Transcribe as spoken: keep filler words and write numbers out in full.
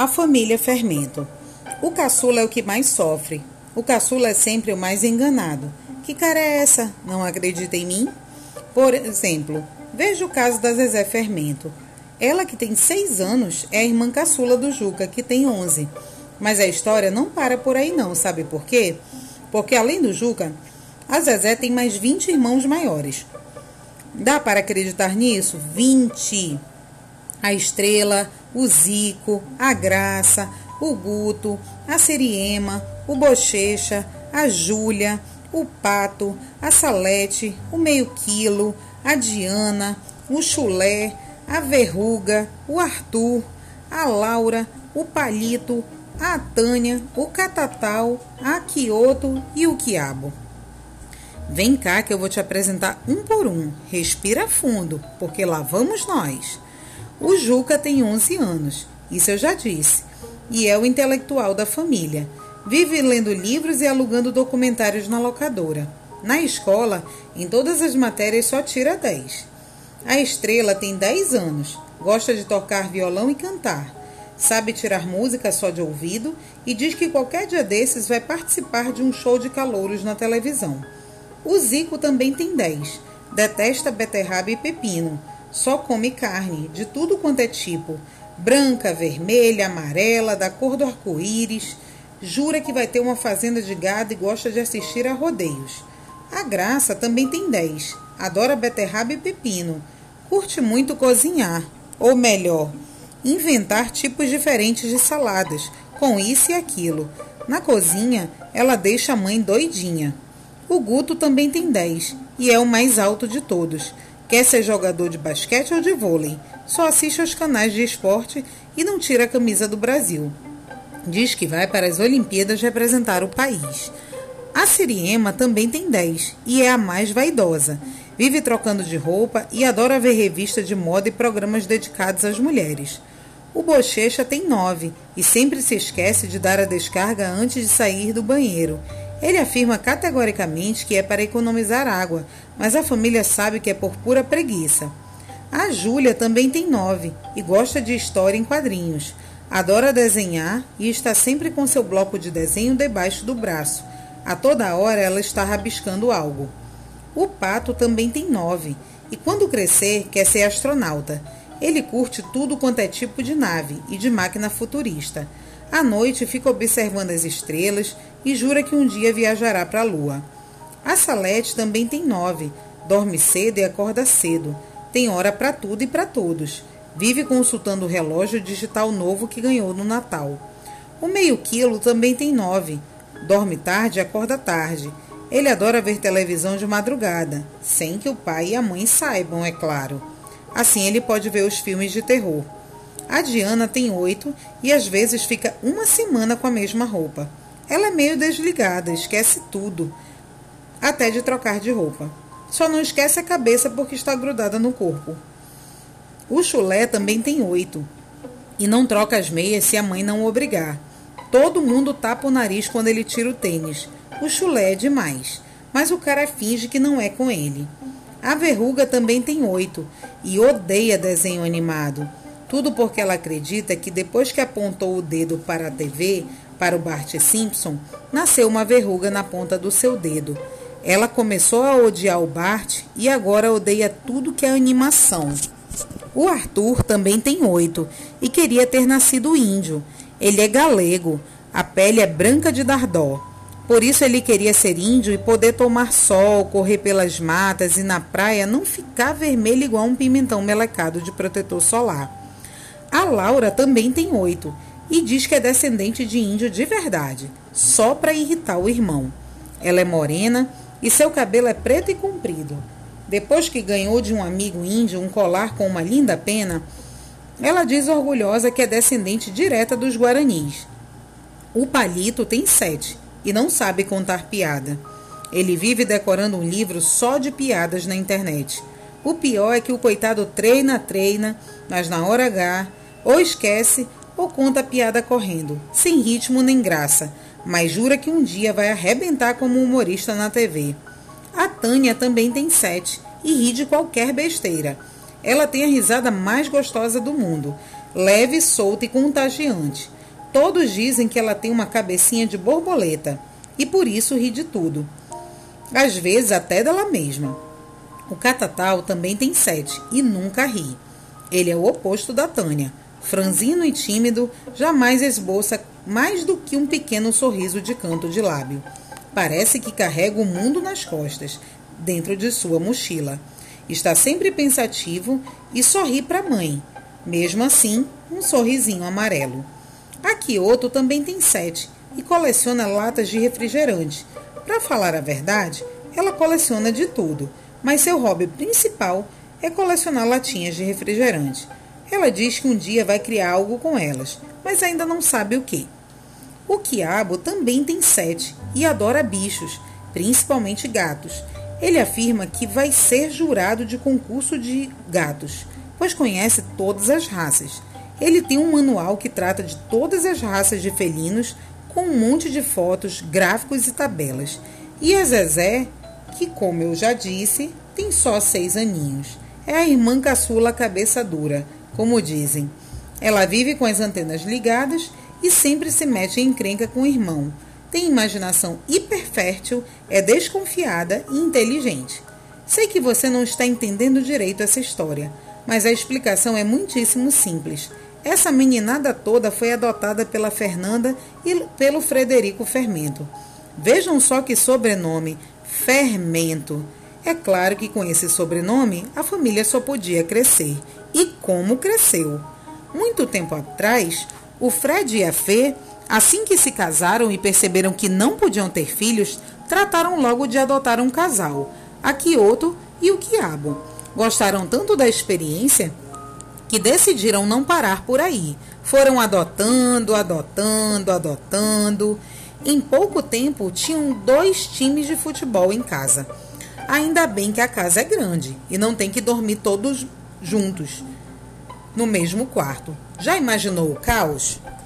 A família Fermento. O caçula é o que mais sofre. O caçula é sempre o mais enganado. Que cara é essa? Não acredita em mim? Por exemplo, veja o caso da Zezé Fermento. Ela, que tem seis anos, é a irmã caçula do Juca, que tem onze. Mas a história não para por aí não, sabe por quê? Porque além do Juca, a Zezé tem mais vinte irmãos maiores. Dá para acreditar nisso? vinte! A Estrela, o Zico, a Graça, o Guto, a Seriema, o Bochecha, a Júlia, o Pato, a Salete, o Meio Quilo, a Diana, o Chulé, a Verruga, o Arthur, a Laura, o Palito, a Tânia, o Catatal, a Quioto e o Quiabo. Vem cá que eu vou te apresentar um por um. Respira fundo, porque lá vamos nós. O Juca tem onze anos, isso eu já disse, e é o intelectual da família. Vive lendo livros e alugando documentários na locadora. Na escola, em todas as matérias só tira dez. A Estrela tem dez anos, gosta de tocar violão e cantar. Sabe tirar música só de ouvido e diz que qualquer dia desses vai participar de um show de calouros na televisão. O Zico também tem dez, detesta beterraba e pepino. Só come carne, de tudo quanto é tipo, branca, vermelha, amarela, da cor do arco-íris. Jura que vai ter uma fazenda de gado e gosta de assistir a rodeios. A Graça também tem dez, adora beterraba e pepino. Curte muito cozinhar, ou melhor, inventar tipos diferentes de saladas, com isso e aquilo. Na cozinha, ela deixa a mãe doidinha. O Guto também tem dez, e é o mais alto de todos. Quer ser jogador de basquete ou de vôlei, só assiste aos canais de esporte e não tira a camisa do Brasil. Diz que vai para as Olimpíadas representar o país. A Siriema também tem dez e é a mais vaidosa. Vive trocando de roupa e adora ver revista de moda e programas dedicados às mulheres. O Bochecha tem nove e sempre se esquece de dar a descarga antes de sair do banheiro. Ele afirma categoricamente que é para economizar água, mas a família sabe que é por pura preguiça. A Júlia também tem nove e gosta de história em quadrinhos. Adora desenhar e está sempre com seu bloco de desenho debaixo do braço. A toda hora ela está rabiscando algo. O Pato também tem nove e quando crescer quer ser astronauta. Ele curte tudo quanto é tipo de nave e de máquina futurista. À noite fica observando as estrelas e jura que um dia viajará para a Lua. A Salete também tem nove, dorme cedo e acorda cedo. Tem hora para tudo e para todos. Vive consultando o relógio digital novo que ganhou no Natal. O Meio Quilo também tem nove, dorme tarde e acorda tarde. Ele adora ver televisão de madrugada, sem que o pai e a mãe saibam, é claro. Assim ele pode ver os filmes de terror. A Diana tem oito e às vezes fica uma semana com a mesma roupa. Ela é meio desligada, esquece tudo, até de trocar de roupa. Só não esquece a cabeça porque está grudada no corpo. O Chulé também tem oito e não troca as meias se a mãe não o obrigar. Todo mundo tapa o nariz quando ele tira o tênis. O Chulé é demais, mas o cara finge que não é com ele. A Verruga também tem oito e odeia desenho animado. Tudo porque ela acredita que depois que apontou o dedo para a T V, para o Bart Simpson, nasceu uma verruga na ponta do seu dedo. Ela começou a odiar o Bart e agora odeia tudo que é animação. O Arthur também tem oito e queria ter nascido índio. Ele é galego, a pele é branca de dardó. Por isso ele queria ser índio e poder tomar sol, correr pelas matas e na praia não ficar vermelho igual um pimentão melecado de protetor solar. A Laura também tem oito e diz que é descendente de índio de verdade, só para irritar o irmão. Ela é morena e seu cabelo é preto e comprido. Depois que ganhou de um amigo índio um colar com uma linda pena, ela diz orgulhosa que é descendente direta dos Guaranis. O Palito tem sete e não sabe contar piada. Ele vive decorando um livro só de piadas na internet. O pior é que o coitado treina, treina, mas na hora H, ou esquece ou conta a piada correndo, sem ritmo nem graça, mas jura que um dia vai arrebentar como humorista na T V. A Tânia também tem sete e ri de qualquer besteira. Ela tem a risada mais gostosa do mundo, leve, solta e contagiante. Todos dizem que ela tem uma cabecinha de borboleta e por isso ri de tudo. Às vezes até dela mesma. O Catatal também tem sete e nunca ri. Ele é o oposto da Tânia. Franzino e tímido, jamais esboça mais do que um pequeno sorriso de canto de lábio. Parece que carrega o mundo nas costas, dentro de sua mochila. Está sempre pensativo e sorri para a mãe. Mesmo assim, um sorrisinho amarelo. A Kyoto também tem sete e coleciona latas de refrigerante. Para falar a verdade, ela coleciona de tudo, mas seu hobby principal é colecionar latinhas de refrigerante. Ela diz que um dia vai criar algo com elas, mas ainda não sabe o que. O Quiabo também tem sete e adora bichos, principalmente gatos. Ele afirma que vai ser jurado de concurso de gatos, pois conhece todas as raças. Ele tem um manual que trata de todas as raças de felinos, com um monte de fotos, gráficos e tabelas. E a Zezé, que, como eu já disse, tem só seis aninhos. É a irmã caçula cabeça dura, como dizem. Ela vive com as antenas ligadas e sempre se mete em encrenca com o irmão. Tem imaginação hiperfértil, é desconfiada e inteligente. Sei que você não está entendendo direito essa história, mas a explicação é muitíssimo simples. Essa meninada toda foi adotada pela Fernanda e pelo Frederico Fermento. Vejam só que sobrenome, Fermento. É claro que com esse sobrenome a família só podia crescer. E como cresceu! Muito tempo atrás, o Fred e a Fê, assim que se casaram e perceberam que não podiam ter filhos, trataram logo de adotar um casal, a Kyoto e o Quiabo. Gostaram tanto da experiência que decidiram não parar por aí. Foram adotando, adotando, adotando. Em pouco tempo, tinham dois times de futebol em casa. Ainda bem que a casa é grande e não tem que dormir todos juntos no mesmo quarto. Já imaginou o caos?